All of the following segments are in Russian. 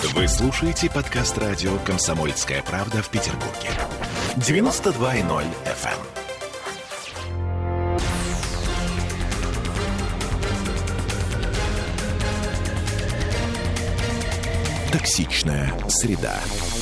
Вы слушаете подкаст радио «Комсомольская правда» в Петербурге. 92.0 FM. Токсичная среда.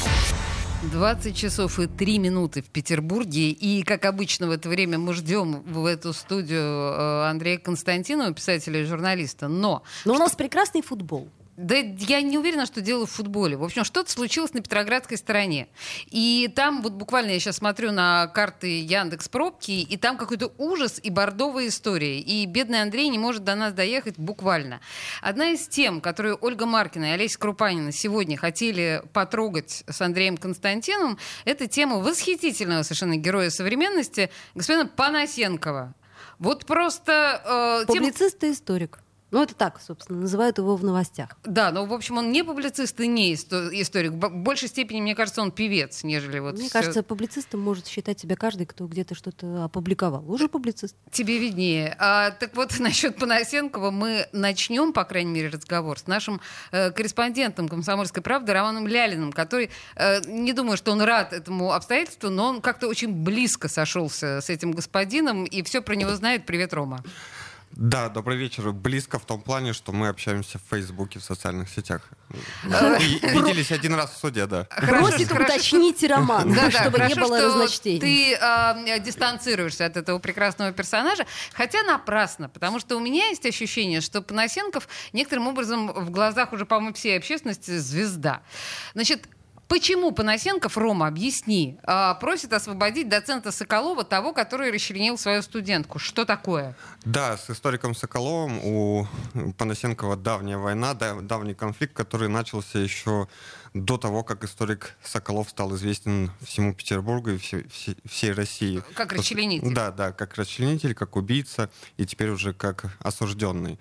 20 часов и 3 минуты в Петербурге. И, как обычно, в это время мы ждем в эту студию Андрея Константинова, писателя и журналиста. Но у нас прекрасный футбол. Да я не уверена, что дело в футболе. В общем, что-то случилось на Петроградской стороне. И там вот буквально я сейчас смотрю на карты Яндекс.Пробки, и там какой-то ужас и бордовая история. И бедный Андрей не может до нас доехать буквально. Одна из тем, которую Ольга Маркина и Олеся Крупанина сегодня хотели потрогать с Андреем Константиновым, это тема восхитительного совершенно героя современности, господина Панасенкова. Вот просто... Публицист и историк. Ну, это так, собственно, называют его в новостях. Да, но, в общем, он не публицист и не историк. В большей степени, мне кажется, он певец, нежели вот... Мне кажется, публицистом может считать себя каждый, кто где-то что-то опубликовал. Уже публицист. Тебе виднее. Так вот, насчет Панасенкова мы начнем, по крайней мере, разговор с нашим корреспондентом «Комсомольской правды» Романом Лялиным, который, не думаю, что он рад этому обстоятельству, но он как-то очень близко сошелся с этим господином, и все про него знает. Привет, Рома. Да, добрый вечер. Близко в том плане, что мы общаемся в Фейсбуке, в социальных сетях. Виделись один раз в суде, да. Просит уточнить Роман, чтобы не было разночтений. Ты дистанцируешься от этого прекрасного персонажа, хотя напрасно, потому что у меня есть ощущение, что Панасенков некоторым образом в глазах уже, по-моему, всей общественности звезда. Значит, почему Панасенков, Рома, объясни, просит освободить доцента Соколова, того, который расчленил свою студентку? Что такое? Да, с историком Соколовым у Панасенкова давняя война, давний конфликт, который начался еще до того, как историк Соколов стал известен всему Петербургу и всей России. Как расчленитель. Да, как расчленитель, как убийца и теперь уже как осужденный.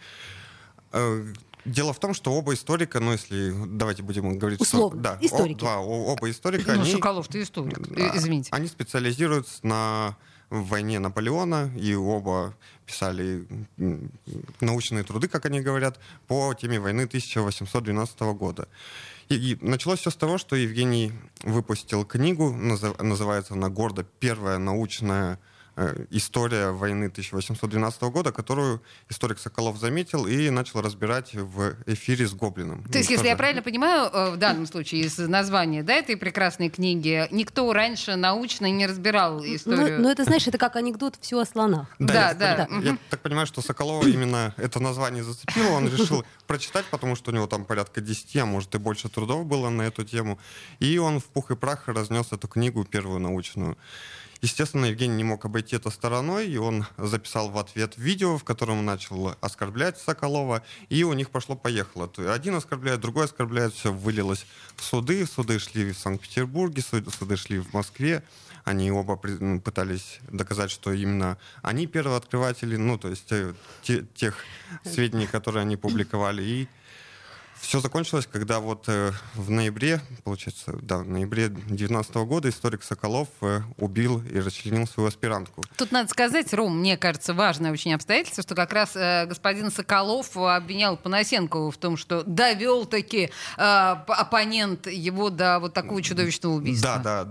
Дело в том, что оба историка, если давайте будем говорить... Условно, историки. Оба историка... Ну, Соколов, ты историк, извините. Они специализируются на войне Наполеона, и оба писали научные труды, как они говорят, по теме войны 1812 года. И началось все с того, что Евгений выпустил книгу, называется она гордо «Первая научная история войны 1812 года, которую историк Соколов заметил и начал разбирать в эфире с Гоблиным. То есть, если я правильно понимаю, в данном случае из названия, да, этой прекрасной книги, никто раньше научно не разбирал историю. Ну, это, знаешь, это как анекдот «Все о слонах». Да. Я так понимаю, что Соколова именно это название зацепило, он решил прочитать, потому что у него там порядка 10, а может и больше трудов было на эту тему, и он в пух и прах разнес эту книгу, первую научную. Естественно, Евгений не мог обойти это стороной, и он записал в ответ видео, в котором начал оскорблять Соколова, и у них пошло-поехало. Один оскорбляет, другой оскорбляет, все вылилось в суды. Суды шли в Санкт-Петербурге, суды шли в Москве. Они оба пытались доказать, что именно они первооткрыватели, ну, то есть тех сведений, которые они публиковали. И все закончилось, когда вот в ноябре, получается, в ноябре 2019 года историк Соколов убил и расчленил свою аспирантку. Тут надо сказать, Ром, мне кажется, важное очень обстоятельство, что как раз господин Соколов обвинял Панасенкова в том, что довел-таки оппонент его до вот такого чудовищного убийства. Да.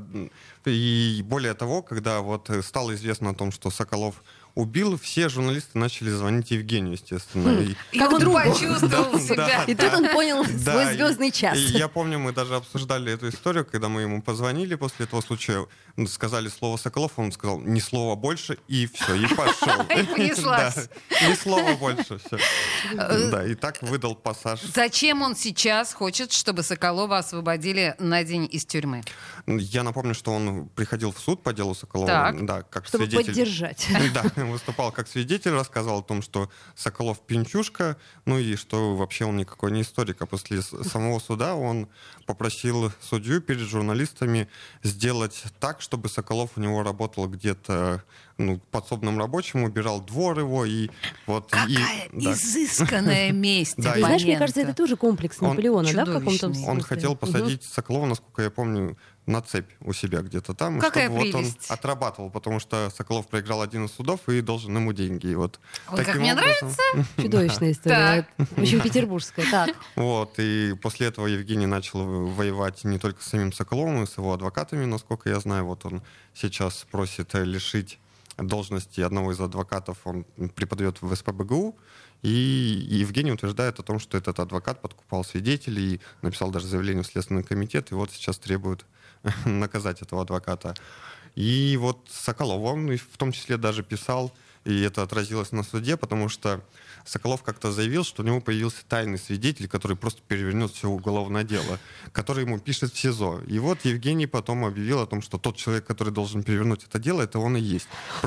И более того, когда вот стало известно о том, что Соколов убил, все журналисты начали звонить Евгению, естественно. И он почувствовал себя. И тут он понял свой звездный час. И я помню, мы даже обсуждали эту историю, когда мы ему позвонили после этого случая, сказали слово Соколов, он сказал ни слова больше, и все, и пошел. И понеслась. Ни слова больше, все. Да, и так выдал пассаж. Зачем он сейчас хочет, чтобы Соколова освободили на день из тюрьмы? Я напомню, что он приходил в суд по делу Соколова, да, как чтобы свидетель. Поддержать. Да, выступал как свидетель, рассказал о том, что Соколов пьянчушка, ну и что вообще он никакой не историк. А после самого суда он попросил судью перед журналистами сделать так, чтобы Соколов у него работал где-то подсобным рабочим, убирал двор его. И вот, Какая изысканная месть. Да, Ты знаешь, мне кажется, это тоже комплекс Наполеона, да, в каком-то чудовищный. смысле? Он хотел посадить Соколова, насколько я помню, на цепь у себя где-то там. Какая чтобы вот он прелесть. отрабатывал, потому что Соколов проиграл один из судов и должен ему деньги. И вот Ой, как таким мне образом- Чудовищная история. Очень петербургская. Так. Вот, и после этого Евгений начал воевать не только с самим Соколовым, но и с его адвокатами, насколько я знаю. Вот он сейчас просит лишить должности одного из адвокатов, он преподает в СПбГУ, и Евгений утверждает о том, что этот адвокат подкупал свидетелей, и написал даже заявление в Следственный комитет, и вот сейчас требует наказать этого адвоката. И вот Соколов, он в том числе даже писал, и это отразилось на суде, потому что Соколов как-то заявил, что у него появился тайный свидетель, который просто перевернет все уголовное дело, который ему пишет в СИЗО. И вот Евгений потом объявил о том, что тот человек, который должен перевернуть это дело, это он и есть.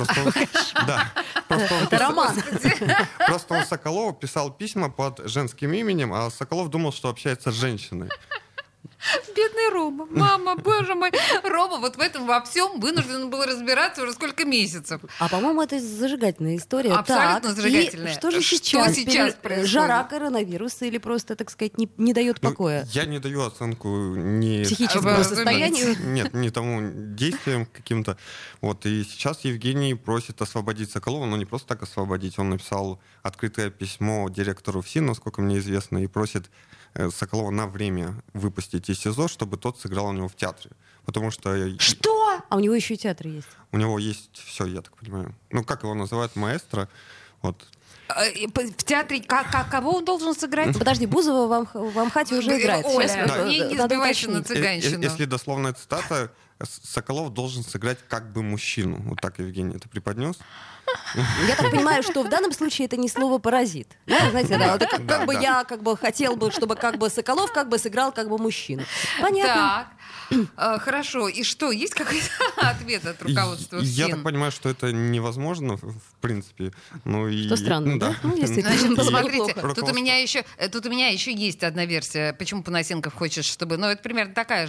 Это роман. Просто он Соколову писал письма под женским именем, а Соколов думал, что общается с женщиной. Бедный Рома. Мама, боже мой. Рома вот в этом во всем вынужден был разбираться уже сколько месяцев. А, по-моему, это зажигательная история. Абсолютно Так, зажигательная. И что же Что сейчас? сейчас происходит? Жара, коронавирус или просто, так сказать, не дает покоя? Я не даю оценку ни Психическому Разумеется. состоянию? Нет, не тому действиям каким-то. Вот, и сейчас Евгений просит освободить Соколова, но не просто так освободить. Он написал открытое письмо директору ФСИН, насколько мне известно, и просит Соколова на время выпустить из СИЗО, чтобы тот сыграл у него в театре. Потому что Что? А у него еще и театр есть. у него есть все, я так понимаю. Ну, как его называют, маэстро. Вот. В театре кого он должен сыграть? Подожди, Бузова в Амхате уже играет. Оля, Сейчас, Да. не надо сбивайся на уточнить. цыганщину. Если дословная цитата, Соколов должен сыграть как бы мужчину. Вот так Евгений это преподнес. Я так понимаю, что в данном случае это не слово «паразит». Да, знаете, да, это как бы Да. я хотел бы, чтобы как бы Соколов как бы сыграл как бы мужчину. Понятно. Так, хорошо. И что, есть какой-то ответ от руководства Я ФСИН? так понимаю, что это невозможно, в принципе. Ну, и, Что странно, да? Ну, действительно, Значит, было бы посмотрите, неплохо. тут у меня еще есть одна версия, почему Панасенков хочет, чтобы... Ну, это примерно такая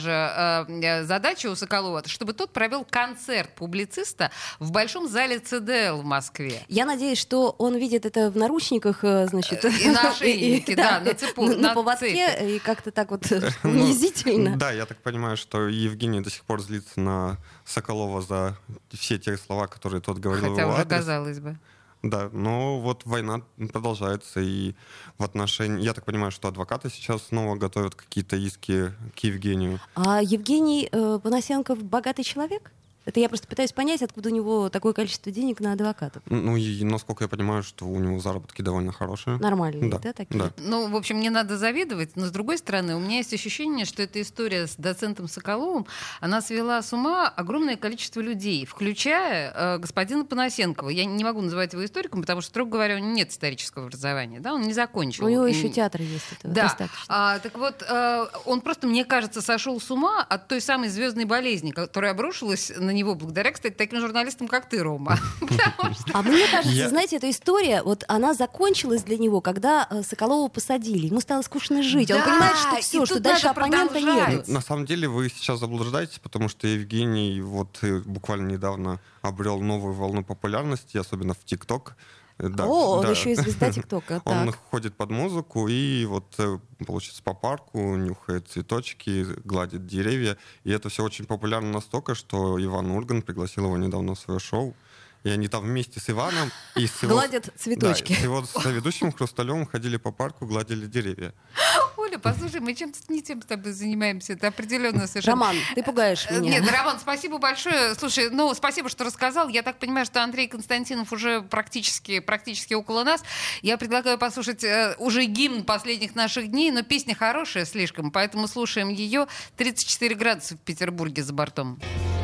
же задача у Соколова, чтобы тот провел концерт публициста в Большом зале ЦДЛ в Москве. Я надеюсь, что он видит это в наручниках, значит... И на ошейнике, да, на цепу, на на поводке, и как-то так вот Ну, унизительно. Да, я так понимаю, что Евгений до сих пор злится на Соколова за все те слова, которые тот говорил в Хотя его уже адрес. казалось бы. Да, но вот война продолжается, и в отношении... Я так понимаю, что адвокаты сейчас снова готовят какие-то иски к Евгению. А Евгений Панасенков богатый человек? Это я просто пытаюсь понять, откуда у него такое количество денег на адвокатов. Ну и, насколько я понимаю, что у него заработки довольно хорошие. Нормальные, Да, да, такие? да. Ну, в общем, не надо завидовать, но с другой стороны, у меня есть ощущение, что эта история с доцентом Соколовым, она свела с ума огромное количество людей, включая господина Панасенкова. Я не могу называть его историком, потому что, строго говоря, у него нет исторического образования, да, он не закончил. У него И- еще театр есть, этого Да. достаточно. Так вот, он просто, мне кажется, сошел с ума от той самой звездной болезни, которая обрушилась на него благодаря, кстати, таким журналистам, как ты, Рома. Потому что А мне кажется, Я- знаете, эта история, вот она закончилась для него, когда Соколова посадили. Ему стало скучно жить. Он Да, понимает, что и все, тут что дальше надо оппонента продолжать. нет. На самом деле вы сейчас заблуждаетесь, потому что Евгений вот буквально недавно обрел новую волну популярности, особенно в ТикТок. Да, О, он да. еще и звезда ТикТока. Он Так. ходит под музыку и вот, получается, по парку нюхает цветочки, гладит деревья. И это все очень популярно настолько, что Иван Ургант пригласил его недавно в свое шоу. И они там вместе с Иваном и с его... Гладят цветочки. Да, с его соведущим Хрусталевым ходили по парку, гладили деревья. Оля, послушай, мы чем-то не тем с тобой занимаемся. Это определенно совершенно... Роман, ты пугаешь меня. Нет, Роман, спасибо большое. Слушай, ну, спасибо, что рассказал. Я так понимаю, что Андрей Константинов уже практически около нас. Я предлагаю послушать уже гимн последних наших дней, но песня хорошая слишком, поэтому слушаем ее. 34 градуса в Петербурге за бортом.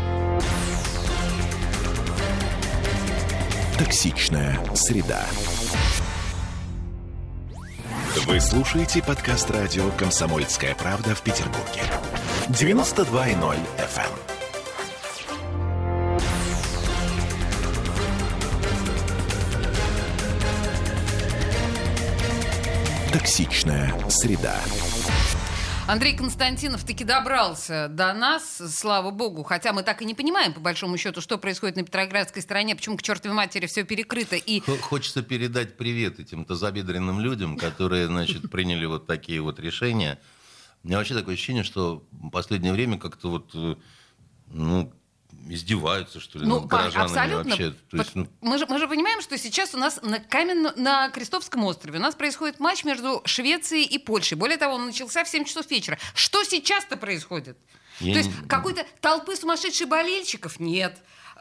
Токсичная среда. Вы слушаете подкаст радио «Комсомольская правда» в Петербурге. 92.0 FM. Токсичная среда. Андрей Константинов таки добрался до нас, слава богу. Хотя мы так и не понимаем, по большому счету, что происходит на Петроградской стороне, почему к чертовой матери все перекрыто. И... Хочется передать привет этим тазобедренным людям, которые, значит, приняли вот такие вот решения. У меня вообще такое ощущение, что в последнее время как-то вот, ну, издеваются, что ли, над горожанами абсолютно. вообще. То есть, мы же понимаем, что сейчас у нас на Крестовском острове у нас происходит матч между Швецией и Польшей. Более того, он начался в 7 часов вечера. Что сейчас-то происходит? То есть какой-то толпы сумасшедших болельщиков нет.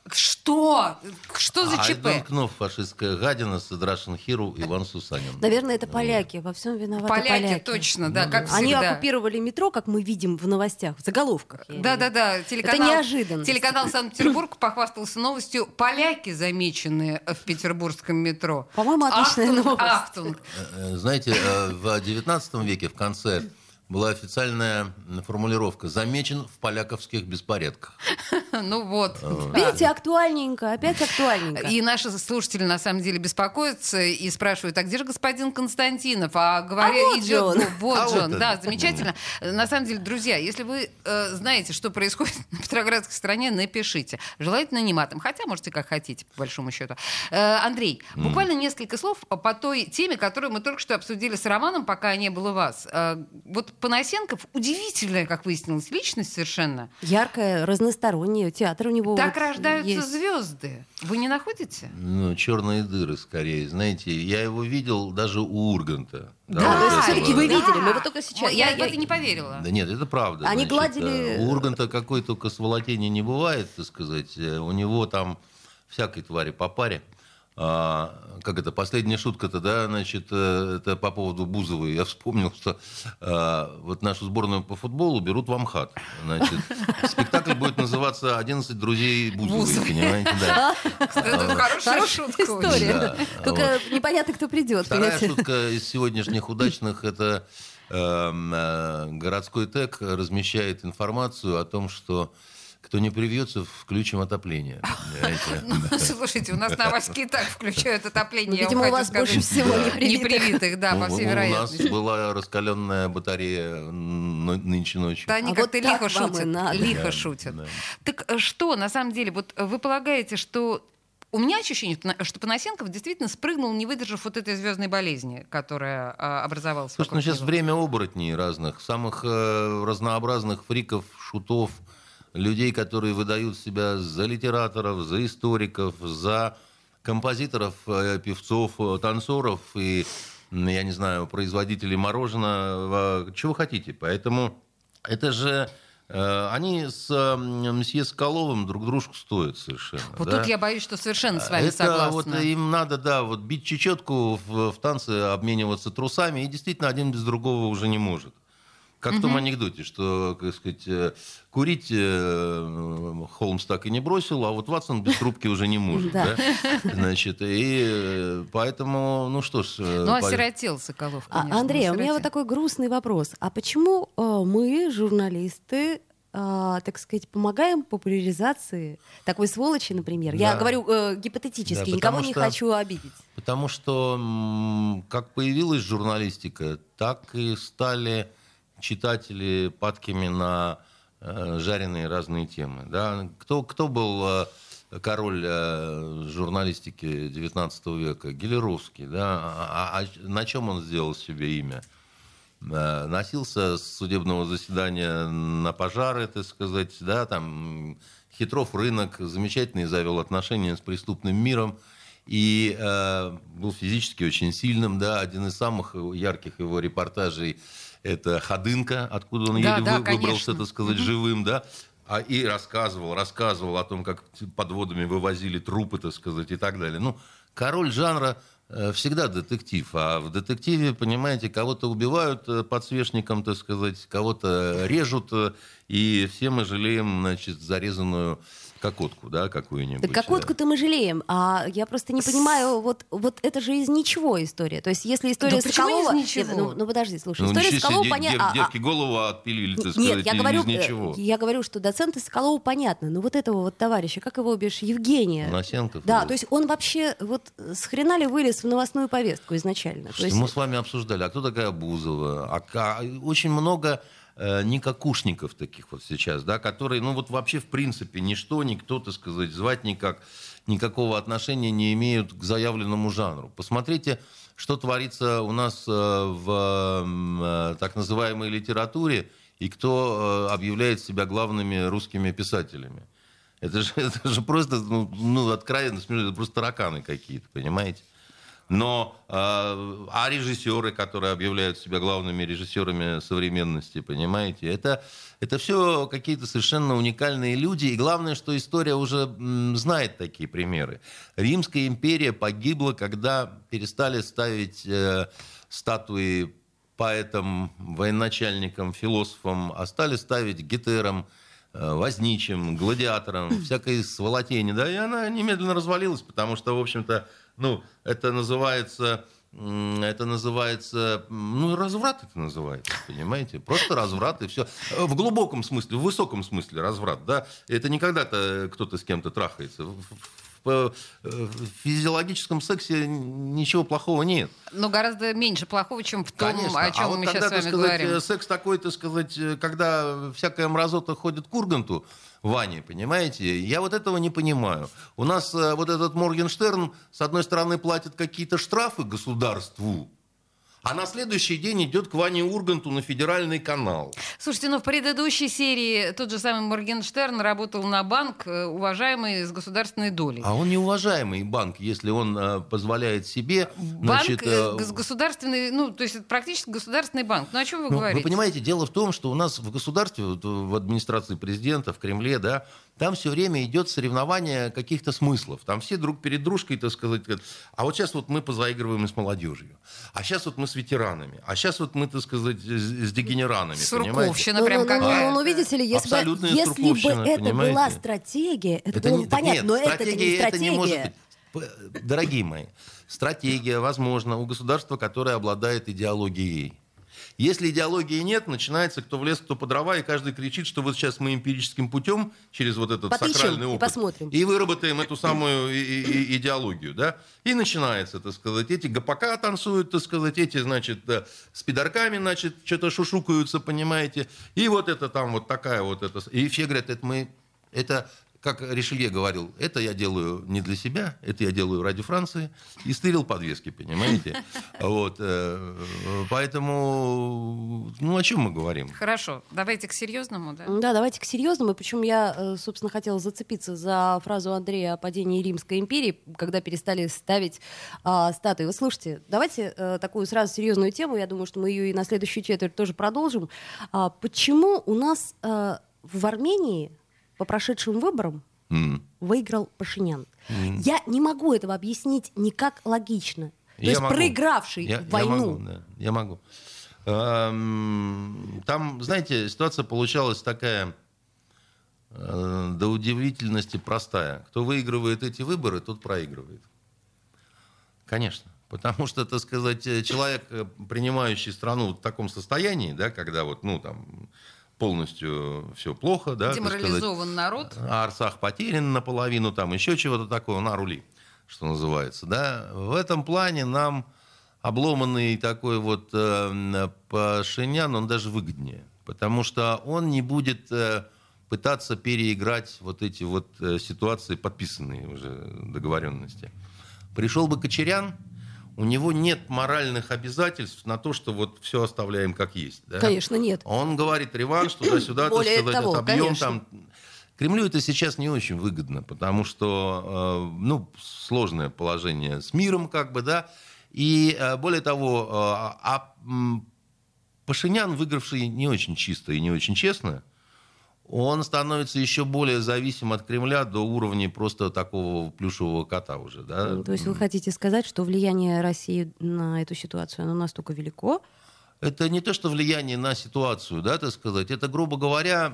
Что? Что за ЧП? Айденкнов, фашистская гадина, Садрашин Хиру, Иван Сусанин. Наверное, это поляки. Во всем виноваты поляки. Точно, да, как всегда. Они оккупировали метро, как мы видим в новостях, в заголовках. Да. Это неожиданно. Телеканал Санкт-Петербург похвастался новостью: поляки замечены в петербургском метро. По-моему, отличная новость. Ахтунг. Знаете, в XIX веке в конце была официальная формулировка: замечен в поляковских беспорядках. Ну вот. Видите, актуальненько, опять актуальненько. И наши слушатели на самом деле беспокоятся и спрашивают: а где же господин Константинов? А говорят, вот же он. Вот же он. он. Да, замечательно. На самом деле, друзья, если вы знаете, что происходит на Петроградской стороне, напишите. Желательно не матом, хотя можете как хотите, по большому счету. Андрей, буквально несколько слов по той теме, которую мы только что обсудили с Романом, пока не было вас. Вот Панасенков удивительная, как выяснилось, личность совершенно. Яркая, разносторонняя, театр у него Так вот рождаются есть. звезды. Вы не находите? Ну, черные дыры, скорее. Знаете, я его видел даже у Урганта. Да, все-таки вы да. видели, мы вот только сейчас. Я в это не поверила. Да нет, это правда. Они Значит, гладили- У Урганта какой только сволотени не бывает, так сказать. У него там всякой твари по паре. Как это, последняя шутка-то, да, значит, это по поводу Бузовой. Я вспомнил, что вот нашу сборную по футболу берут в Амхат. Значит, спектакль будет называться «11 друзей Бузовой», понимаете, да. Это хорошая шутка. История. Да, Только непонятно, кто придет. Вторая понимаете? шутка из сегодняшних удачных — это городской ТЭК размещает информацию о том, что кто не привьется, включим отопление. Слушайте, у нас на Ваське и так включают отопление. Ну, я вам видимо, у хочу вас сказать. больше всего непривитых, да, по всей У нас вероятности. была раскаленная батарея нынче ночью. Да, они А как-то вот так лихо вам и шутят. надо. Лихо Да, шутят. да. Так что, на самом деле, вот вы полагаете, что... У меня ощущение, что Панасенков действительно спрыгнул, не выдержав вот этой звездной болезни, которая образовалась. Слушай, ну сейчас время оборотней разных, самых разнообразных фриков, шутов, людей, которые выдают себя за литераторов, за историков, за композиторов, певцов, танцоров и, я не знаю, производителей мороженого, чего хотите. Поэтому это же... Они с мсье Соколовым друг дружку стоят совершенно. Вот да? тут я боюсь, что совершенно с вами Это согласна. вот им надо, да, вот бить чечетку в танце, обмениваться трусами, и действительно один без другого уже не может. Как в том анекдоте, что, как сказать, курить Холмс так и не бросил, а вот Ватсон без трубки уже не может. Да. Да? Значит, и поэтому, ну что ж... Ну, осиротел Соколов, конечно. Андрей, у меня осиротел. вот такой грустный вопрос. А почему мы, журналисты, так сказать, помогаем популяризации такой сволочи, например? Я Да. говорю гипотетически, Да, никого потому не что- хочу обидеть. Потому что как появилась журналистика, так и стали читатели падкими на жареные разные темы. Да? Кто был король журналистики XIX века? Гелеровский. Да? А на чем он сделал себе имя? Носился с судебного заседания на пожары, так сказать, да, там Хитров рынок, замечательный завел отношения с преступным миром и был физически очень сильным, да, один из самых ярких его репортажей — это Ходынка, откуда он Да, еле да, выбрался, конечно. так сказать, живым, да, и рассказывал о том, как под водами вывозили трупы, так сказать, и так далее. Ну, король жанра всегда детектив, а в детективе, понимаете, кого-то убивают подсвечником, так сказать, кого-то режут, и все мы жалеем, значит, зарезанную кокотку, да, какую-нибудь. Так кокотку-то мы жалеем, а я просто не понимаю, вот это же из ничего история. То есть если история Да почему Соколова... из ничего? Нет, ну, подожди, слушай, Ну, история ничего Соколова себе, понятна. девки голову отпилили, так Нет, сказать, я говорю, из ничего. я говорю, что доцента Соколова понятно, но вот этого вот товарища, как его бишь, Евгения. Панасенков. Да, то есть он вообще вот с хрена ли вылез в новостную повестку изначально? То есть... Мы с вами обсуждали, а кто такая Бузова? Очень много никакушников таких вот сейчас, да, которые, ну вот вообще в принципе ничто, никто, так сказать, звать никак, никакого отношения не имеют к заявленному жанру. Посмотрите, что творится у нас в так называемой литературе и кто объявляет себя главными русскими писателями. Это же просто, ну, откровенно смешно, это просто тараканы какие-то, понимаете? Но режиссеры, которые объявляют себя главными режиссерами современности, понимаете, это все какие-то совершенно уникальные люди. И главное, что история уже знает такие примеры. Римская империя погибла, когда перестали ставить статуи поэтам, военачальникам, философам, а стали ставить гетерам, возничим, гладиаторам, всякой сволотени. Да, и она немедленно развалилась, потому что, в общем-то, ну, это называется, разврат это называется, понимаете? Просто разврат и все. В глубоком смысле, в высоком смысле разврат, да? Это не когда-то кто-то с кем-то трахается. В физиологическом сексе ничего плохого нет. Но гораздо меньше плохого, чем в том, конечно. о чем мы вот сейчас с вами сказать, говорим. Секс такой, так сказать, когда всякая мразота ходит к Урганту, Ване, понимаете? Я вот этого не понимаю. У нас вот этот Моргенштерн, с одной стороны, платит какие-то штрафы государству, а на следующий день идет к Ване Урганту на федеральный канал. Слушайте, в предыдущей серии тот же самый Моргенштерн работал на банк, уважаемый с государственной долей. А он неуважаемый банк, если он позволяет себе... Банк с государственный, то есть это практически государственный банк. Ну о чем вы говорите? Вы понимаете, дело в том, что у нас в государстве, в администрации президента, в Кремле, да, там все время идет соревнование каких-то смыслов. Там все друг перед дружкой, так сказать, а вот сейчас вот мы позаигрываем с молодежью, а сейчас вот мы с ветеранами, а сейчас вот мы, так сказать, с дегенеранами. Сурковщина прям какая-то. Ну, видите ли, если бы это была стратегия, это было бы понятно, но это не стратегия. Это не может быть. Дорогие мои, стратегия, возможно, у государства, которое обладает идеологией. Если идеологии нет, начинается кто в лес, кто по дрова, и каждый кричит, что вот сейчас мы эмпирическим путем через вот этот сакральный опыт посмотрим. И выработаем эту самую идеологию, да? И начинается, так сказать, эти ГПК танцуют, так сказать, эти, значит, с пидорками, значит, что-то шушукаются, понимаете? И вот это там вот такая вот это. И все говорят, это как Ришелье говорил, это я делаю не для себя, это я делаю ради Франции. И стырил подвески, понимаете? Вот. Поэтому, о чем мы говорим? Хорошо, давайте к серьезному, да? Да, давайте к серьезному. Причем я, собственно, хотела зацепиться за фразу Андрея о падении Римской империи, когда перестали ставить статуи. Вы слушайте, давайте такую сразу серьезную тему, я думаю, что мы ее и на следующую четверть тоже продолжим. Почему у нас в Армении по прошедшим выборам выиграл Пашинян? Я не могу этого объяснить никак логично. То есть проигравший войну. Я могу. Там, знаете, ситуация получалась такая до удивительности простая. Кто выигрывает эти выборы, тот проигрывает. Конечно. Потому что, так сказать, человек, принимающий страну в таком состоянии, да, когда вот, полностью все плохо, да, деморализован народ. Арцах потерян наполовину, там еще чего-то такого, на рули, что называется, да. В этом плане нам обломанный такой вот Пашинян, он даже выгоднее, потому что он не будет пытаться переиграть вот эти вот ситуации, подписанные уже договоренности. Пришел бы Кочарян, у него нет моральных обязательств на то, что вот все оставляем как есть. Да? Конечно, нет. Он говорит реванш, туда-сюда, так сказать, отобьем там. Кремлю это сейчас не очень выгодно, потому что, сложное положение с миром, как бы, да. И более того, Пашинян, выигравший не очень чисто и не очень честно, он становится еще более зависим от Кремля до уровня просто такого плюшевого кота уже. Да? То есть вы хотите сказать, что влияние России на эту ситуацию, оно настолько велико? Это не то, что влияние на ситуацию, да, так сказать. Это, грубо говоря,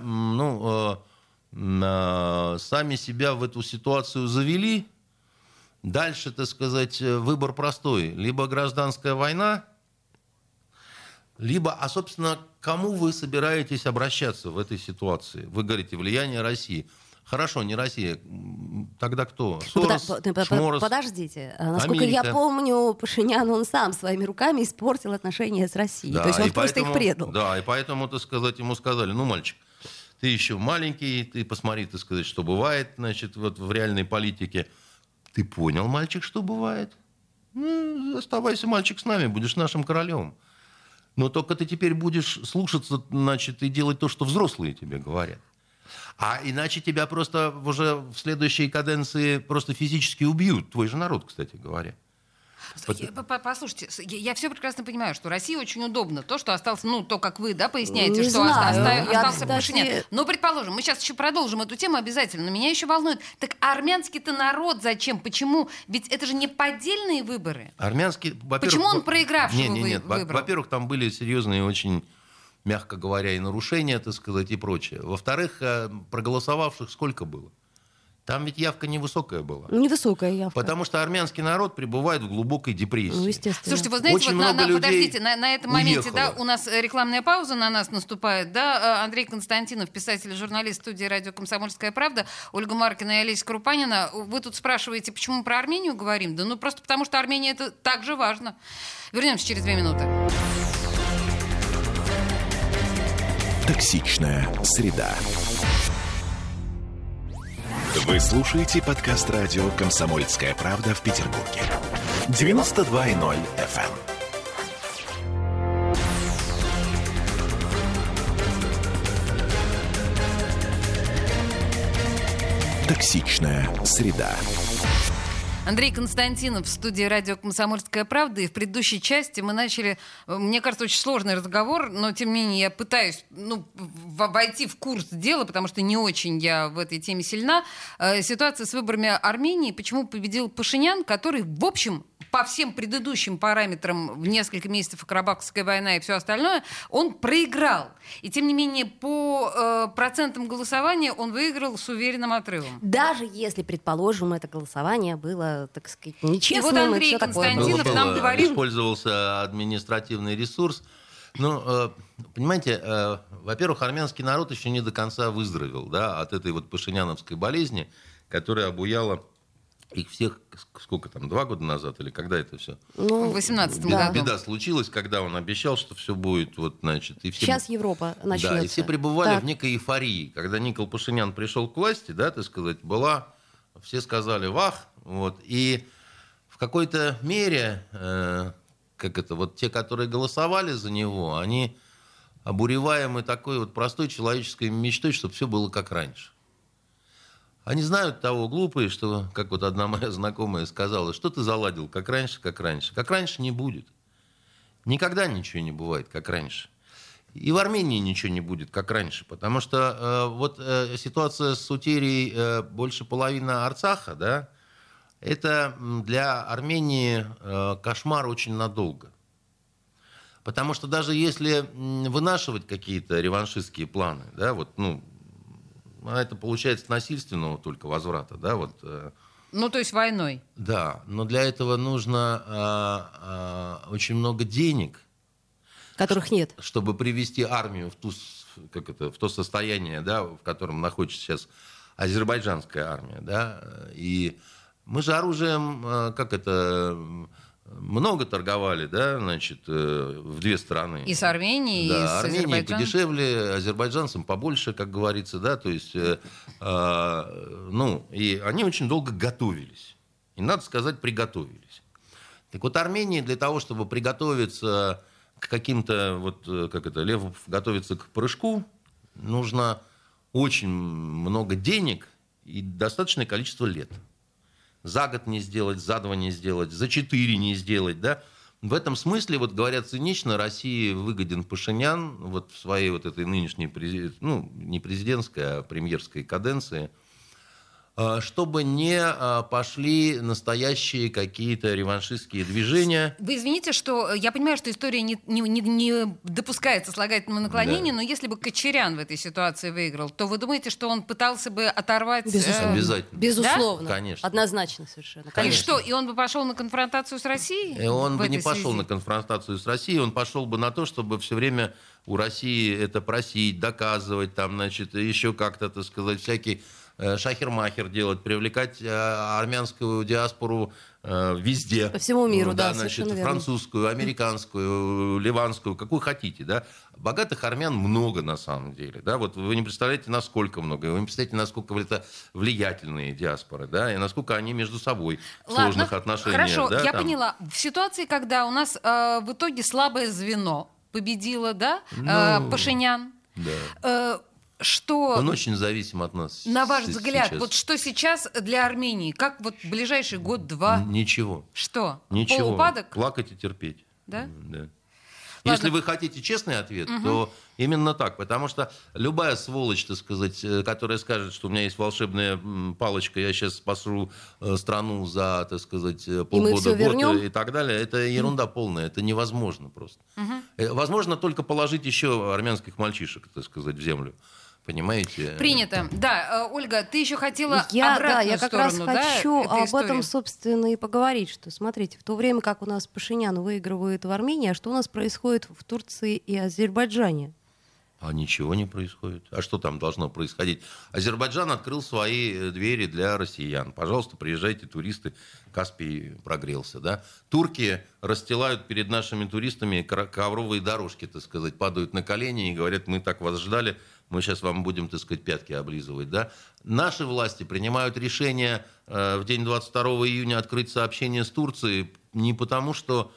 сами себя в эту ситуацию завели. Дальше, так сказать, выбор простой. Либо гражданская война, либо, собственно, к кому вы собираетесь обращаться в этой ситуации? Вы говорите, влияние России. Хорошо, не Россия. Тогда кто? Сорос, Шморос, Подождите. Насколько я Америка. помню, Пашинян, он сам своими руками испортил отношения с Россией. Да, То есть он и просто их предал. Да, и поэтому, так сказать, ему сказали, ну, мальчик, ты еще маленький, ты посмотри, так сказать, что бывает, значит, вот в реальной политике. Ты понял, мальчик, что бывает? Ну, оставайся, мальчик, с нами, будешь нашим королем. Но только ты теперь будешь слушаться, значит, и делать то, что взрослые тебе говорят. А иначе тебя просто уже в следующей каденции просто физически убьют. Твой же народ, кстати говоря. Послушайте, я все прекрасно понимаю, что России очень удобно то, что остался, ну, то, как вы, да, поясняете, Не что знаю. остался Кстати... Пашинян. Но, предположим, мы сейчас еще продолжим эту тему обязательно, но меня еще волнует, так армянский-то народ зачем? Почему? Ведь это же не поддельные выборы. Армянский, во-первых... Почему он проигравшего Нет. выбрал? Во-первых, там были серьезные очень, мягко говоря, и нарушения, так сказать, и прочее. Во-вторых, проголосовавших сколько было? Там ведь явка невысокая была. Невысокая явка. Потому что армянский народ пребывает в глубокой депрессии. Ну, естественно. Слушайте, вы знаете, Очень вот много людей подождите, на этом моменте, да, уехало. у нас рекламная пауза на нас наступает, да, Андрей Константинов, писатель и журналист студии «Радио Комсомольская правда», Ольга Маркина и Олеся Крупанина. Вы тут спрашиваете, почему мы про Армению говорим? Да ну просто потому, что Армения это так же важно. Вернемся через 2 минуты. Токсичная среда. Вы слушаете подкаст радио «Комсомольская правда» в Петербурге. 92.0 FM. Токсичная среда. Андрей Константинов в студии «Радио Комсомольская правда». И в предыдущей части мы начали, мне кажется, очень сложный разговор, но, тем не менее, я пытаюсь войти в курс дела, потому что не очень я в этой теме сильна. Ситуация с выборами Армении. Почему победил Пашинян, который, в общем, по всем предыдущим параметрам в несколько месяцев Карабахская война и все остальное, он проиграл. И, тем не менее, по процентам голосования он выиграл с уверенным отрывом. Даже если, предположим, это голосование было, так сказать, нечестным. И вот Андрей всё такое. Константинов нам говорит... Использовался административный ресурс. Ну, понимаете, во-первых, армянский народ еще не до конца выздоровел, да, от этой вот пашиняновской болезни, которая обуяла их всех, сколько там, 2 года назад, или когда это все? Ну, В 18-м да. году. Беда случилась, когда он обещал, что все будет, вот, значит... И все... Сейчас Европа начнется. Да, и все пребывали Так. в некой эйфории. Когда Никол Пашинян пришел к власти, да, так сказать, была... Все сказали «вах», вот, и в какой-то мере, вот те, которые голосовали за него, они обуреваемы такой вот простой человеческой мечтой, чтобы все было как раньше. Они знают того, глупые, что, как вот одна моя знакомая сказала, что ты заладил, как раньше, как раньше. Как раньше не будет. Никогда ничего не бывает, как раньше. И в Армении ничего не будет, как раньше. Потому что ситуация с утерей больше половины Арцаха, да, это для Армении кошмар очень надолго. Потому что даже если вынашивать какие-то реваншистские планы, да, это получается насильственного только возврата, да, Ну, то есть войной. Да, но для этого нужно очень много денег, Которых нет. чтобы привести армию в то состояние, да, в котором находится сейчас азербайджанская армия, да, и мы же оружием, много торговали, да, значит, в 2 стороны. И с Арменией, да, и с Арменией Азербайджаном. подешевле, азербайджанцам побольше, как говорится, да, то есть, и они очень долго готовились. И, надо сказать, приготовились. Так вот, Армении для того, чтобы приготовиться к каким-то, Лев готовится к прыжку, нужно очень много денег и достаточное количество лет. За год не сделать, за 2 не сделать, за 4 не сделать, да. В этом смысле, говорят цинично, России выгоден Пашинян в своей этой нынешней, не президентской, а премьерской каденции, чтобы не пошли настоящие какие-то реваншистские движения. Вы извините, что я понимаю, что история не допускает сослагательного наклонения, Да. но если бы Кочарян в этой ситуации выиграл, то вы думаете, что он пытался бы оторвать... Безусловно. Обязательно. Безусловно. Да? Конечно. Однозначно совершенно. И Конечно. что, и он бы пошел на конфронтацию с Россией? И он в бы не этой пошел связи? на конфронтацию с Россией, он пошел бы на то, чтобы все время у России это просить, доказывать, еще как-то, так сказать, всякие шахер-махер делать, привлекать армянскую диаспору везде. По всему миру, да, значит, совершенно верно. французскую, американскую, ливанскую, какую хотите, да. Богатых армян много на самом деле, да. Вот вы не представляете, насколько много, вы не представляете, насколько это влиятельные диаспоры, да, и насколько они между собой в сложных отношениях. Хорошо, да, я там. поняла. В ситуации, когда у нас в итоге слабое звено победило, да, Пашинян, Да. что... Он очень зависим от нас. На ваш взгляд, сейчас. вот что сейчас для Армении? Как вот ближайший год-два? Ничего. Что? Ничего. Полупадок? Плакать и терпеть. Да? Да. Если вы хотите честный ответ, то именно так. Потому что любая сволочь, так сказать, которая скажет, что у меня есть волшебная палочка, я сейчас спасу страну за, так сказать, полгода, год и так далее, это ерунда полная. Это невозможно просто. Возможно только положить еще армянских мальчишек, так сказать, в землю. Понимаете? Принято. Да, Ольга, ты еще хотела Я как сторону, раз хочу этой об этом, истории? собственно, и поговорить, что, смотрите, в то время как у нас Пашинян выигрывает в Армении, а что у нас происходит в Турции и Азербайджане? А ничего не происходит. А что там должно происходить? Азербайджан открыл свои двери для россиян. Пожалуйста, приезжайте, туристы. Каспий прогрелся, да? Турки расстилают перед нашими туристами ковровые дорожки, так сказать, падают на колени и говорят, мы так вас ждали, мы сейчас вам будем, так сказать, пятки облизывать, да? Наши власти принимают решение в день 22 июня открыть сообщение с Турцией не потому, что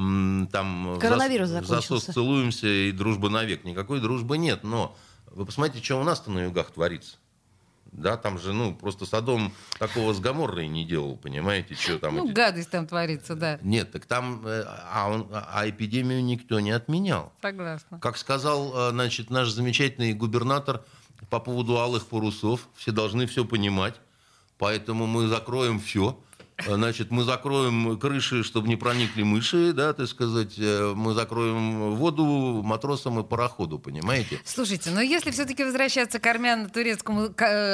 там Коронавирус в закончился. засос целуемся и дружба навек. Никакой дружбы нет. Но вы посмотрите, что у нас-то на югах творится. Да, там же, просто Содом такого с Гоморрой не делал, понимаете, что там... гадость там творится, да. Нет, так там... А эпидемию никто не отменял. Согласна. Как сказал, значит, наш замечательный губернатор по поводу алых парусов, все должны все понимать, поэтому мы закроем все. Значит, мы закроем крыши, чтобы не проникли мыши, да, так сказать, мы закроем воду матросам и пароходу, понимаете? Слушайте, но если все-таки возвращаться к армяно-турецкому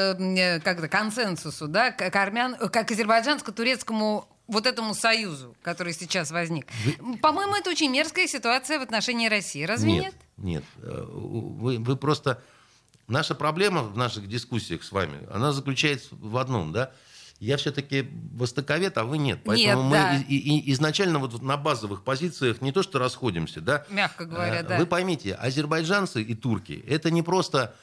консенсусу, да, к азербайджанско-турецкому вот этому союзу, который сейчас возник, по-моему, это очень мерзкая ситуация в отношении России, разве нет? Нет. Вы просто... Наша проблема в наших дискуссиях с вами, она заключается в одном, да? Я все-таки востоковед, а вы нет. Поэтому мы изначально вот на базовых позициях не то что расходимся, да? Мягко говоря, да. Вы поймите, азербайджанцы и турки — это не просто,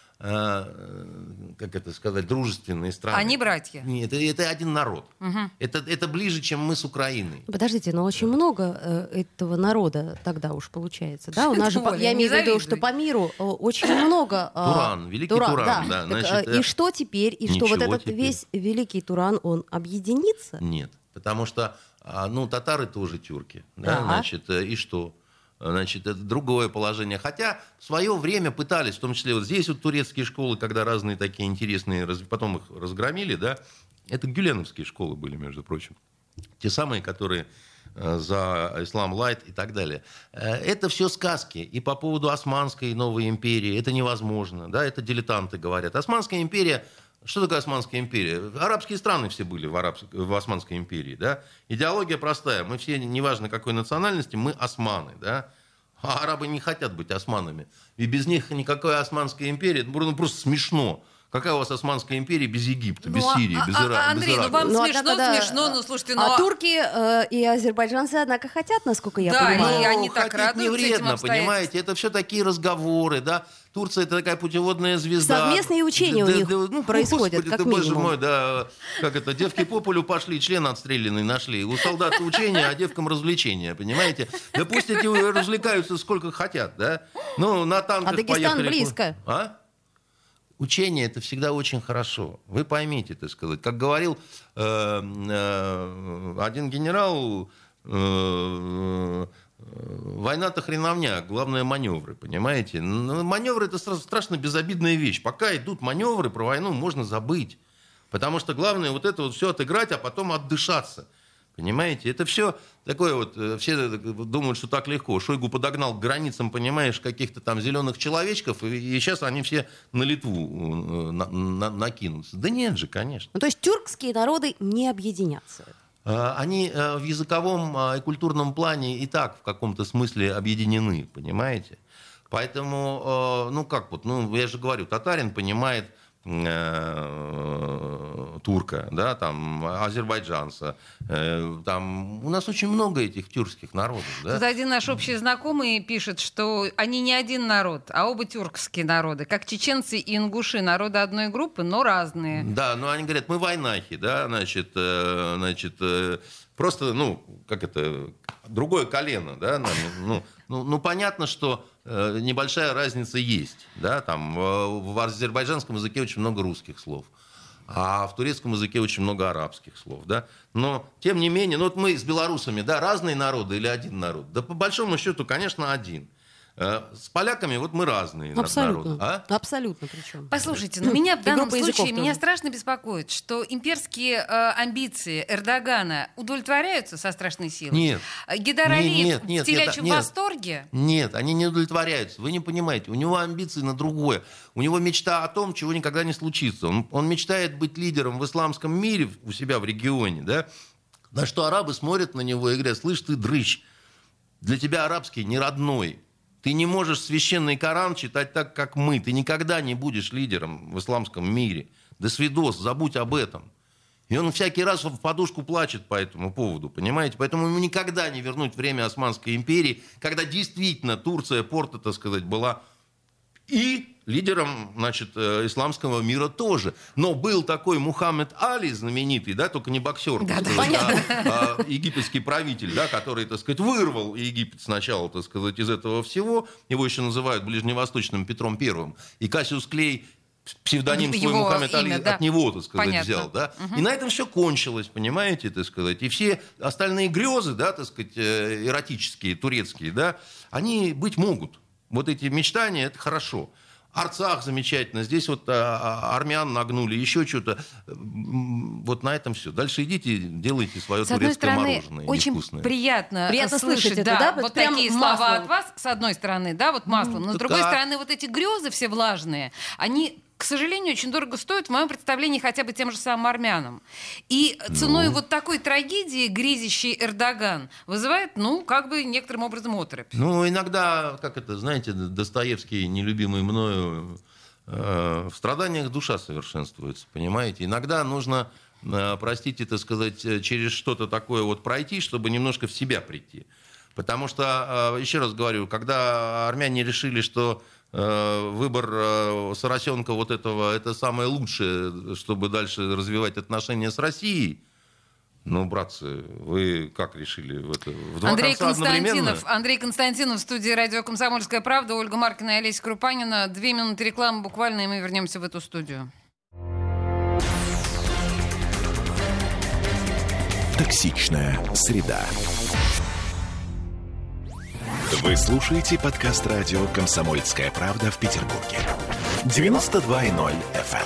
как это сказать, дружественные страны. Они братья. Нет, это один народ. Это ближе, чем мы с Украиной. Подождите, но очень много этого народа тогда уж получается, да? У нас же, я имею в виду, что по миру очень много... Туран, великий Туран, да. Так, и что теперь? И что вот этот весь великий Туран, он объединится? Нет, потому что, татары тоже тюрки, да, значит, и что? Значит, это другое положение. Хотя в свое время пытались, в том числе вот здесь вот турецкие школы, когда разные такие интересные, потом их разгромили, да, это гюленовские школы были, между прочим. Те самые, которые за ислам лайт и так далее. Это все сказки. И по поводу Османской новой империи это невозможно. Да, это дилетанты говорят. Османская империя... Что такое Османская империя? Арабские страны все были в Османской империи. Да? Идеология простая. Мы все, неважно какой национальности, мы османы. Да? А арабы не хотят быть османами. И без них никакой Османской империи, просто смешно. Какая у вас Османская империя без Египта, без Сирии, без Ирака? Андрей, вам смешно, слушайте, турки и азербайджанцы, однако, хотят, насколько я понимаю. Да, и они так радуются не вредно, этим обстоятельствам. понимаете? Это все такие разговоры, да? Турция — это такая путеводная звезда. Совместные учения у них происходят, Господи, как ты, минимум. боже мой, да, как это, девки по полю пошли, член отстрелянный нашли. У солдат учения, а девкам развлечения, понимаете? Да пусть эти развлекаются сколько хотят, да? На танках поехали. А Дагестан близко. Учение — это всегда очень хорошо. Вы поймите, так сказать. Как говорил один генерал, война-то хреновня, главное маневры, понимаете? Маневры — это страшно безобидная вещь. Пока идут маневры, про войну можно забыть. Потому что главное вот это вот все отыграть, а потом отдышаться. Понимаете? Это все такое вот, все думают, что так легко. Шойгу подогнал к границам, понимаешь, каких-то там зеленых человечков, и сейчас они все на Литву накинутся. Да нет же, конечно. То есть тюркские народы не объединятся? Они в языковом и культурном плане и так в каком-то смысле объединены, понимаете? Поэтому, я же говорю, татарин понимает турка, да, там, азербайджанца. Там, у нас очень много этих тюркских народов. Да? Тут один наш общий знакомый пишет, что они не один народ, а оба тюркские народы. Как чеченцы и ингуши, народы одной группы, но разные. Да, но они говорят, мы войнахи, да, значит, просто, как это, другое колено, да, ну, понятно, что небольшая разница есть, да, там в азербайджанском языке очень много русских слов, а в турецком языке очень много арабских слов, да, но, тем не менее, вот мы с белорусами, да, разные народы или один народ? Да, по большому счету, конечно, один. С поляками вот мы разные абсолютно. народы. А? Абсолютно причем. Послушайте, но меня в данном случае тоже. меня страшно беспокоит, что имперские амбиции Эрдогана удовлетворяются со страшной силой. Нет. Гейдар Алиев в телячьем нет. восторге. Нет, они не удовлетворяются. Вы не понимаете. У него амбиции на другое. У него мечта о том, чего никогда не случится. Он мечтает быть лидером в исламском мире у себя в регионе, да? На что арабы смотрят на него и говорят: слышь, ты дрыщ, для тебя арабский не родной. Ты не можешь священный Коран читать так, как мы. Ты никогда не будешь лидером в исламском мире. До свидос, забудь об этом. И он всякий раз в подушку плачет по этому поводу, понимаете? Поэтому ему никогда не вернуть время Османской империи, когда действительно Турция, Порта, так сказать, была и лидером, значит, исламского мира тоже. Но был такой Мухаммед Али знаменитый, да, только не боксер, а египетский правитель, да, который, так сказать, вырвал Египет сначала, так сказать, из этого всего. Его еще называют ближневосточным Петром Первым. И Кассиус Клей псевдоним свой Мухаммед Али от него, так сказать, взял. Да? И на этом все кончилось, понимаете, так сказать. И все остальные грезы, да, так сказать, эротические, турецкие, да, они быть могут. Вот эти мечтания, это хорошо. Арцах замечательно. Здесь вот армян нагнули, еще что-то. Вот на этом все. Дальше идите, делайте свое турецкое мороженое. Очень невкусное. приятно слышать это, да? Вот такие слова маслом. от вас, с одной стороны, да, вот маслом. Но с другой стороны, вот эти грезы все влажные, они, к сожалению, очень дорого стоят, в моем представлении, хотя бы тем же самым армянам. И ценой вот такой трагедии грезящий Эрдоган вызывает, как бы некоторым образом оторопь. Иногда, как это, знаете, Достоевский, нелюбимый мною, в страданиях душа совершенствуется, понимаете? Иногда нужно, простите, так сказать, через что-то такое вот пройти, чтобы немножко в себя прийти. Потому что, еще раз говорю, когда армяне решили, что выбор Соросенко вот этого, это самое лучшее, чтобы дальше развивать отношения с Россией. Братцы, вы как решили в это? В два конца одновременно? Андрей Константинов в студии радио «Комсомольская правда», Ольга Маркина и Олеся Крупанина. 2 минуты рекламы буквально, и мы вернемся в эту студию. Токсичная среда. Вы слушаете подкаст радио «Комсомольская правда» в Петербурге. 92.0 FM.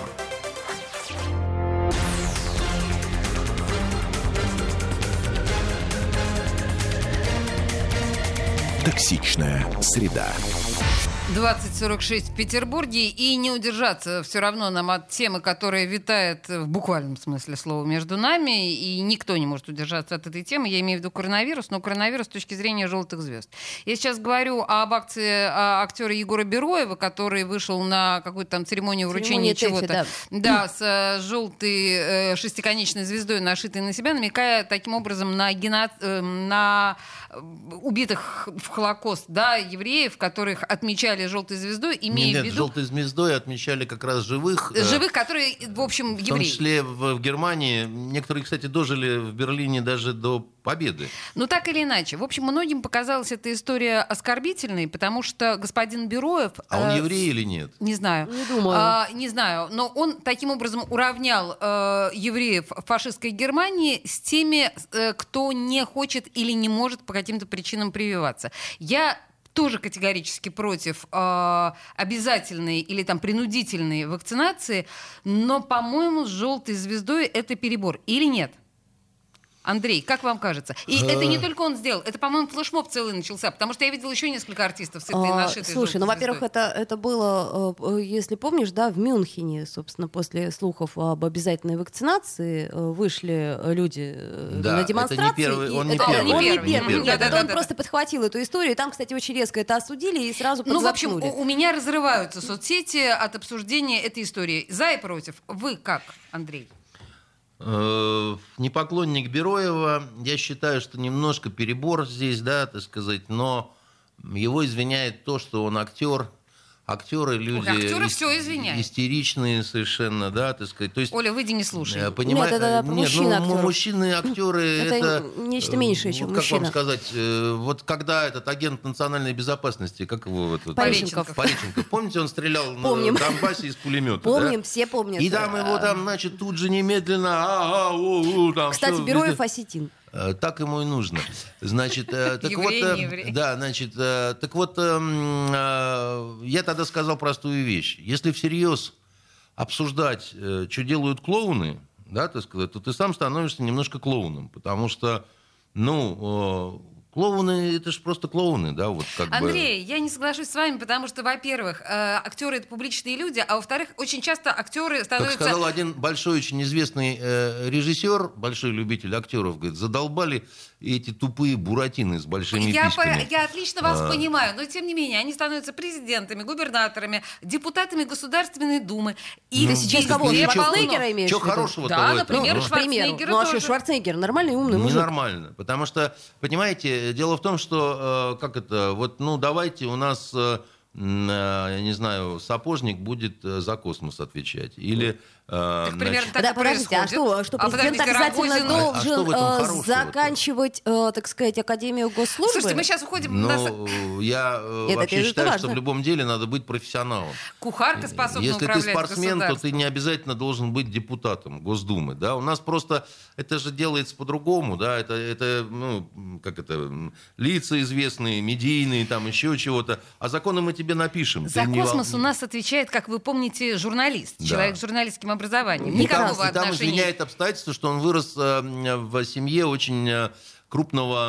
Токсичная среда. 20:46 в Петербурге, и не удержаться все равно нам от темы, которая витает в буквальном смысле слова между нами, и никто не может удержаться от этой темы. Я имею в виду коронавирус, но коронавирус с точки зрения желтых звезд. Я сейчас говорю об акции актера Егора Бероева, который вышел на какую-то там церемонию вручения чего-то. Да, с желтой шестиконечной звездой, нашитой на себя, намекая таким образом на убитых в Холокост, да, евреев, которых отмечали желтой звездой, имея в виду... желтой звездой отмечали как раз живых. Живых, которые, в общем, евреи. В том числе в Германии. Некоторые, кстати, дожили в Берлине даже до победы. Так или иначе. В общем, многим показалась эта история оскорбительной, потому что господин Бероев... А он еврей или нет? Не знаю. Не думаю. Не знаю. Но он таким образом уравнял евреев в фашистской Германии с теми, кто не хочет или не может по каким-то причинам прививаться. Я тоже категорически против обязательной или там принудительной вакцинации, но, по-моему, с желтой звездой это перебор. Или нет? Андрей, как вам кажется? И это не только он сделал, это, по-моему, флешмоб целый начался, потому что я видела еще несколько артистов с этой нашитой Слушай, ну, желтой во-первых, звездой. это было, если помнишь, да, в Мюнхене, собственно, после слухов об обязательной вакцинации вышли люди Да, на это демонстрации. не первый, он не Это первый. Он не Не первый. первый. Нет, Да, это да, он да. просто подхватил эту историю. И там, кстати, очень резко это осудили и сразу Ну, в общем, подзапнули. у меня разрываются соцсети от обсуждения этой истории. За и против. Вы как, Андрей? Не поклонник Бероева. Я считаю, что немножко перебор здесь, да, так сказать, но его извиняет то, что он актер. Актеры люди актеры всё извиняют. истеричные совершенно, да, так сказать. То есть, Оля, выйди, не слушай. понимаю, Нет, это мужчины-актеры. мужчины-актеры Это нечто меньшее, чем как вам мужчина. сказать, вот когда этот агент национальной безопасности, как его... Вот, Пореченков. Пореченков. Помните, он стрелял Помним. на Донбассе из пулемета? Помним, да? все помнят. И там его там, значит, тут же немедленно... там Кстати, всё Бероев везде. осетин. Так ему и нужно. Значит, так Еврей, вот, не еврей. да, значит, так вот, я тогда сказал простую вещь. Если всерьез обсуждать, что делают клоуны, да, так сказать, то ты сам становишься немножко клоуном, потому что, клоуны, это же просто клоуны, да, вот как бы... Андрей, я не соглашусь с вами, потому что, во-первых, актеры — это публичные люди, а во-вторых, очень часто актеры Как становятся... сказал один большой, очень известный режиссер, большой любитель актеров, говорит, задолбали эти тупые буратины с большими письками. Я отлично вас понимаю, но тем не менее они становятся президентами, губернаторами, депутатами Государственной Думы. И Ты сейчас везде кого? полно. Шварценеггера имеешь Чего в виду? хорошего-то Да, в этом? например, К примеру. Шварценеггера Ну а что, тоже. Шварценеггер нормальный, умный мужик. Ненормально. Потому что, понимаете, дело в том, что, давайте у нас, я не знаю, сапожник будет за космос отвечать. Или... Так примерно так и Подождите, а происходит. что президент подождите, обязательно Рогозин- А что в этом должен хорошего-то? заканчивать, так сказать, Академию Госслужбы? Слушайте, мы сейчас уходим на... Я Нет, вообще это считаю, важно. что в любом деле надо быть профессионалом. Кухарка способна Если ты управлять спортсмен, то государством. ты не обязательно должен быть депутатом Госдумы. Да? У нас просто это же делается по-другому. Да? Это лица известные, медийные, там еще чего-то. А законы мы тебе напишем. За Ты не космос вол- у нас отвечает, как вы помните, журналист, Да. человек с журналистским образованием. И там, Никакого и там отношения. извиняет обстоятельство, что он вырос в семье очень крупного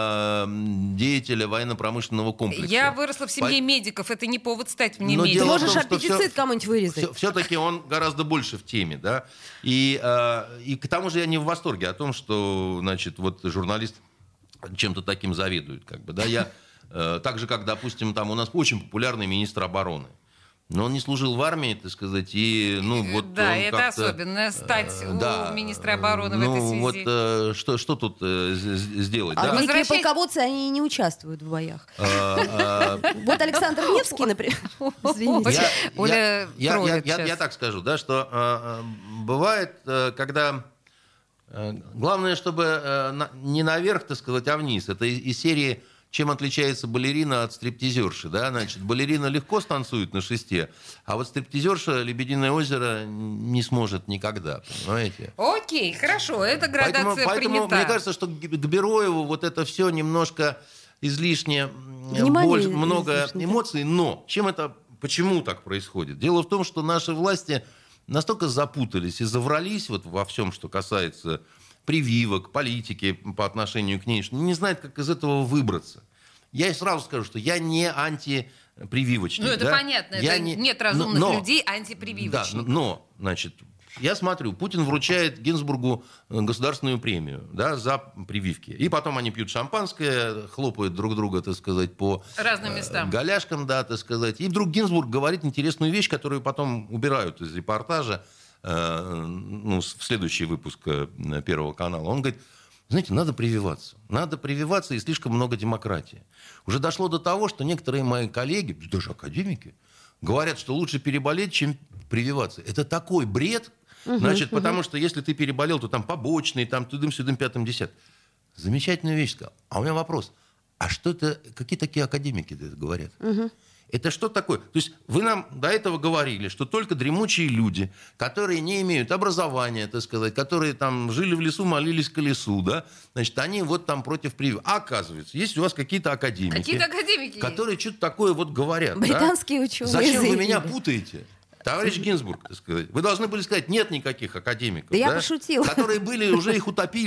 деятеля военно-промышленного комплекса. Я выросла в семье медиков, это не повод стать мне Но Ты медиком. дело в можешь том, что аппендицит кому-нибудь вырезать. Все-таки он гораздо больше в теме, да. И к тому же я не в восторге о том, что, значит, вот журналист чем-то таким завидует, как бы, да. Я так же, как, допустим, там у нас очень популярный министр обороны. Но он не служил в армии, так сказать, и, вот Да, он это как-то, особенная стать да, у министра обороны в этой связи. Вот что тут сделать, А да? великие Возвращаясь- полководцы, они не участвуют в боях. Вот Александр Невский, например. Извините. Оля троллит Я сейчас. так скажу, да, что бывает, когда... Главное, чтобы не наверх, так сказать, а вниз. Это из серии «Чем отличается балерина от стриптизерши?» да? Значит, балерина легко станцует на шесте, а вот стриптизерша «Лебединое озеро» не сможет никогда, понимаете? Окей, хорошо, эта градация Поэтому принята. мне кажется, что к Бероеву вот это все немножко излишне, Внимание много излишне, да. эмоций. Но почему так происходит? Дело в том, что наши власти настолько запутались и заврались вот во всем, что касается прививок, политики по отношению к ней, что не знают, как из этого выбраться. Я и сразу скажу, что я не антипрививочник. Ну, это да? понятно, Я это не- нет разумных но- людей Да, антипрививочников. но, значит, я смотрю, Путин вручает Гинзбургу государственную премию, да, за прививки. И потом они пьют шампанское, хлопают друг друга, так сказать, по Разным местам. голяшкам, да, так сказать. И вдруг Гинзбург говорит интересную вещь, которую потом убирают из репортажа в следующий выпуск Первого канала. Он говорит, знаете, надо прививаться. Надо прививаться, и слишком много демократии. Уже дошло до того, что некоторые мои коллеги, даже академики, говорят, что лучше переболеть, чем прививаться. Это такой бред. Значит, потому что если ты переболел, то там побочный, там тудым-сюдым, пятым-десятым. Замечательную вещь сказал. А у меня вопрос. А что это, какие такие академики это говорят? Это что такое? То есть вы нам до этого говорили, что только дремучие люди, которые не имеют образования, так сказать, которые там жили в лесу, молились колесу, да, значит, они вот там против прививок. А оказывается, есть у вас какие-то академики, Какие-то академики. которые что-то такое вот говорят. да? Британские ученые Зачем вы заявили. меня путаете? Товарищ Гинзбург, так сказать, вы должны были сказать, нет никаких академиков, Да я пошутила. которые были, уже их утопили.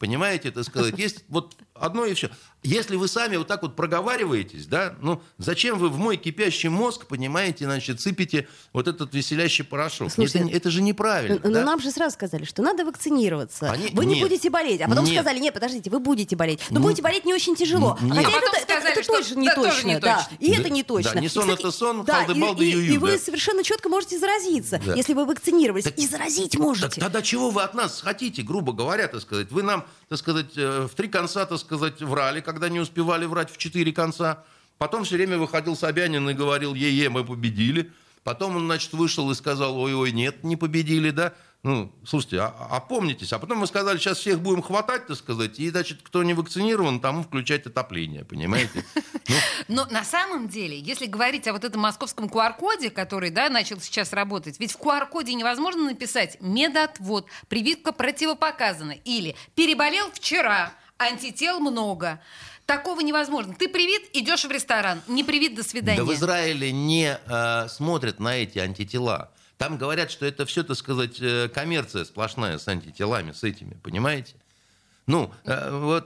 понимаете, так сказать, есть вот одно и все. Если вы сами вот так вот проговариваетесь, да, ну, зачем вы в мой кипящий мозг, понимаете, значит, сыпете вот этот веселящий порошок? Слушайте, это же неправильно. Но Да? нам же сразу сказали, что надо вакцинироваться. Вы Нет. не будете болеть. А потом Нет. сказали, нет, подождите, вы будете болеть. Но будете болеть не очень тяжело. Нет. Хотя А потом это сказали, что точно не да, тоже точно. не Да. точно. И это не точно. Да, не сон, И, кстати, это сон, да, халды-балды, и ю-ю, вы да. совершенно четко можете заразиться, Да. если вы вакцинировались. И заразить Так можете. тогда чего вы от нас хотите, грубо говоря, так сказать? Вы нам, так сказать, в 3 конца, так сказать, врали, когда не успевали врать в 4 конца. Потом все время выходил Собянин и говорил, мы победили. Потом он, значит, вышел и сказал, ой-ой, нет, не победили, да. Ну, слушайте, опомнитесь. А потом мы сказали, сейчас всех будем хватать, так сказать, и, значит, кто не вакцинирован, тому включать отопление, понимаете? Но на самом деле, если говорить о вот этом московском QR-коде, который, да, начал сейчас работать, ведь в QR-коде невозможно написать «медотвод», «прививка противопоказана» или «переболел вчера, антител много». Такого невозможно. Ты привит, идешь в ресторан. Не привит, до свидания. Да в Израиле не смотрят на эти антитела. Там говорят, что это все, так сказать, коммерция сплошная с антителами, с этими, понимаете? Ну, вот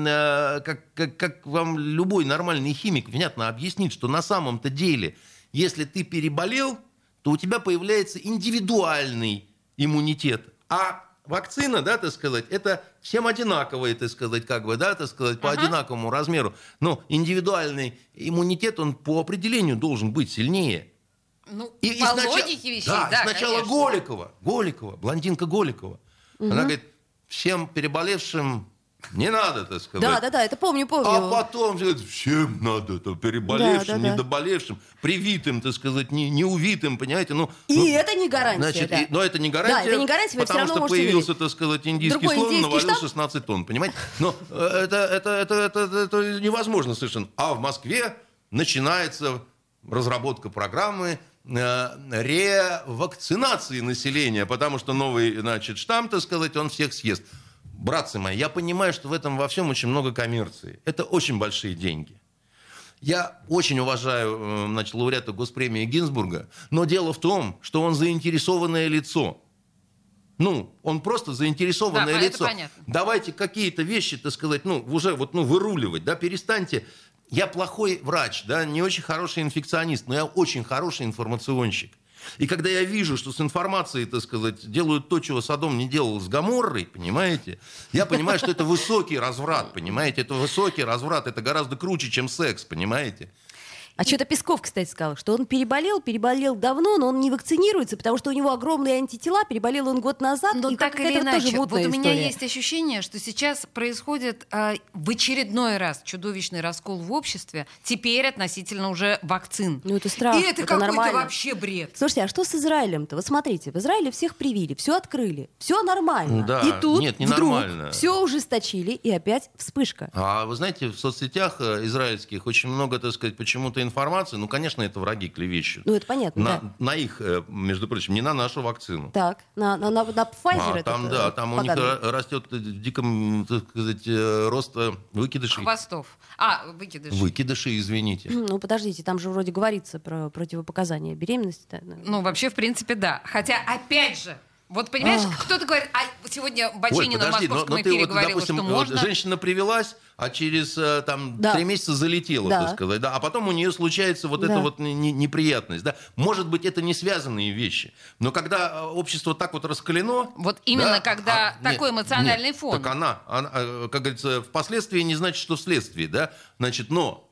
как вам любой нормальный химик внятно объяснит, что на самом-то деле, если ты переболел, то у тебя появляется индивидуальный иммунитет. А вакцина, да, так сказать, это всем одинаковые, так сказать, как бы, да, так сказать, по одинаковому размеру. Но индивидуальный иммунитет, он по определению должен быть сильнее. Ну, по логике вещей, да, да, сначала конечно. Голикова, блондинка Голикова. Она говорит, всем переболевшим не надо, так сказать. Да, это помню. А потом говорит, всем надо, то переболевшим, Да. недоболевшим, привитым, так сказать, неувитым, понимаете. И это не гарантия. Значит, да. но это не гарантия, Да, это не гарантия, вы все потому равно что можете появился, умереть. так сказать, индийский Другой слон, индейский навалил штамм. 16 тонн, понимаете. Но это невозможно совершенно. А в Москве начинается разработка программы ревакцинации населения, потому что новый, значит, штамм, так сказать, он всех съест. Братцы мои, я понимаю, что в этом во всем очень много коммерции. Это очень большие деньги. Я очень уважаю, значит, лауреата госпремии Гинзбурга, но дело в том, что он заинтересованное лицо. Ну, он просто заинтересованное это лицо. понятно. Давайте какие-то вещи, так сказать, уже выруливать, да, перестаньте. Я плохой врач, да, не очень хороший инфекционист, но я очень хороший информационщик. И когда я вижу, что с информацией, так сказать, делают то, чего Содом не делал с Гоморрой, понимаете, я понимаю, что это высокий разврат, понимаете, это высокий разврат, это гораздо круче, чем секс, понимаете. А что-то Песков, кстати, сказал, что он переболел давно, но он не вакцинируется, потому что у него огромные антитела, переболел он год назад, Но и так какая-то или иначе, тоже вот мутная у меня история. есть ощущение, что сейчас происходит в очередной раз чудовищный раскол в обществе, теперь относительно уже вакцин. Ну, это страх, И это какой-то нормально. вообще бред. Слушайте, а что с Израилем-то? Вот смотрите, в Израиле всех привили, все открыли, все нормально. Да, и тут нет, не вдруг нормально. все ужесточили, и опять вспышка. А вы знаете, в соцсетях израильских очень много, так сказать, почему-то информации, ну, конечно, это враги клевещут. Ну, это понятно, да. На их, между прочим, не на нашу вакцину. Так, на Pfizer этот, Там, да, там у них поганый. растет в диком, так сказать, рост выкидышей. Хвостов. Выкидыш. Выкидыши, извините. Ну, подождите, там же вроде говорится про противопоказания беременности. Да. Ну, вообще, в принципе, да. Хотя, опять же, вот понимаешь, кто-то говорит, сегодня Баченина в московском ты эфире вот, говорила, допустим, что можно. женщина привелась, а через Да. 3 месяца залетела, Да. так сказать, да, а потом у нее случается вот Да. эта вот неприятность. Да. Может быть, это не связанные вещи, но когда общество так вот раскалено... Вот именно да, когда такой эмоциональный фон. Так она, как говорится, впоследствии не значит, что вследствие, да, значит, но...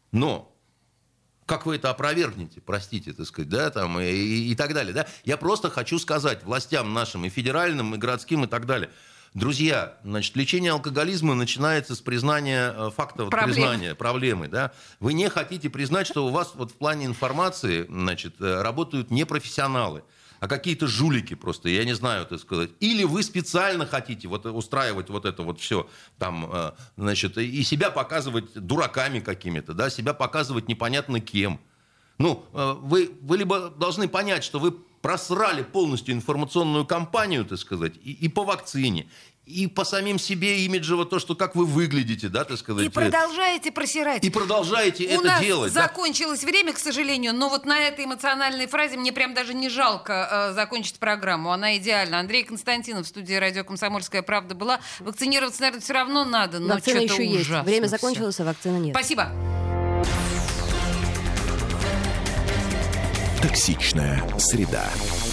Как вы это опровергнете, простите, так сказать, да, там, и так далее, да? Я просто хочу сказать властям нашим, и федеральным, и городским, и так далее. Друзья, значит, лечение алкоголизма начинается с признания фактов, признания проблемы, да? Вы не хотите признать, что у вас вот в плане информации, значит, работают не профессионалы, а какие-то жулики просто, я не знаю, так сказать. Или вы специально хотите вот устраивать вот это вот все, там, значит, и себя показывать дураками какими-то, да, себя показывать непонятно кем. Ну, вы либо должны понять, что вы просрали полностью информационную кампанию, так сказать, и по вакцине, и по самим себе имиджево то, что как вы выглядите, да, так сказать. И продолжаете просирать. И продолжаете это делать. У нас закончилось время, к сожалению, но вот на этой эмоциональной фразе мне прям даже не жалко закончить программу. Она идеальна. Андрей Константинов в студии радио «Комсомольская правда» была. Вакцинироваться, наверное, все равно надо, но вакцина что-то еще ужасно. есть. Время всё. закончилось, а вакцины нет. Спасибо. Токсичная среда.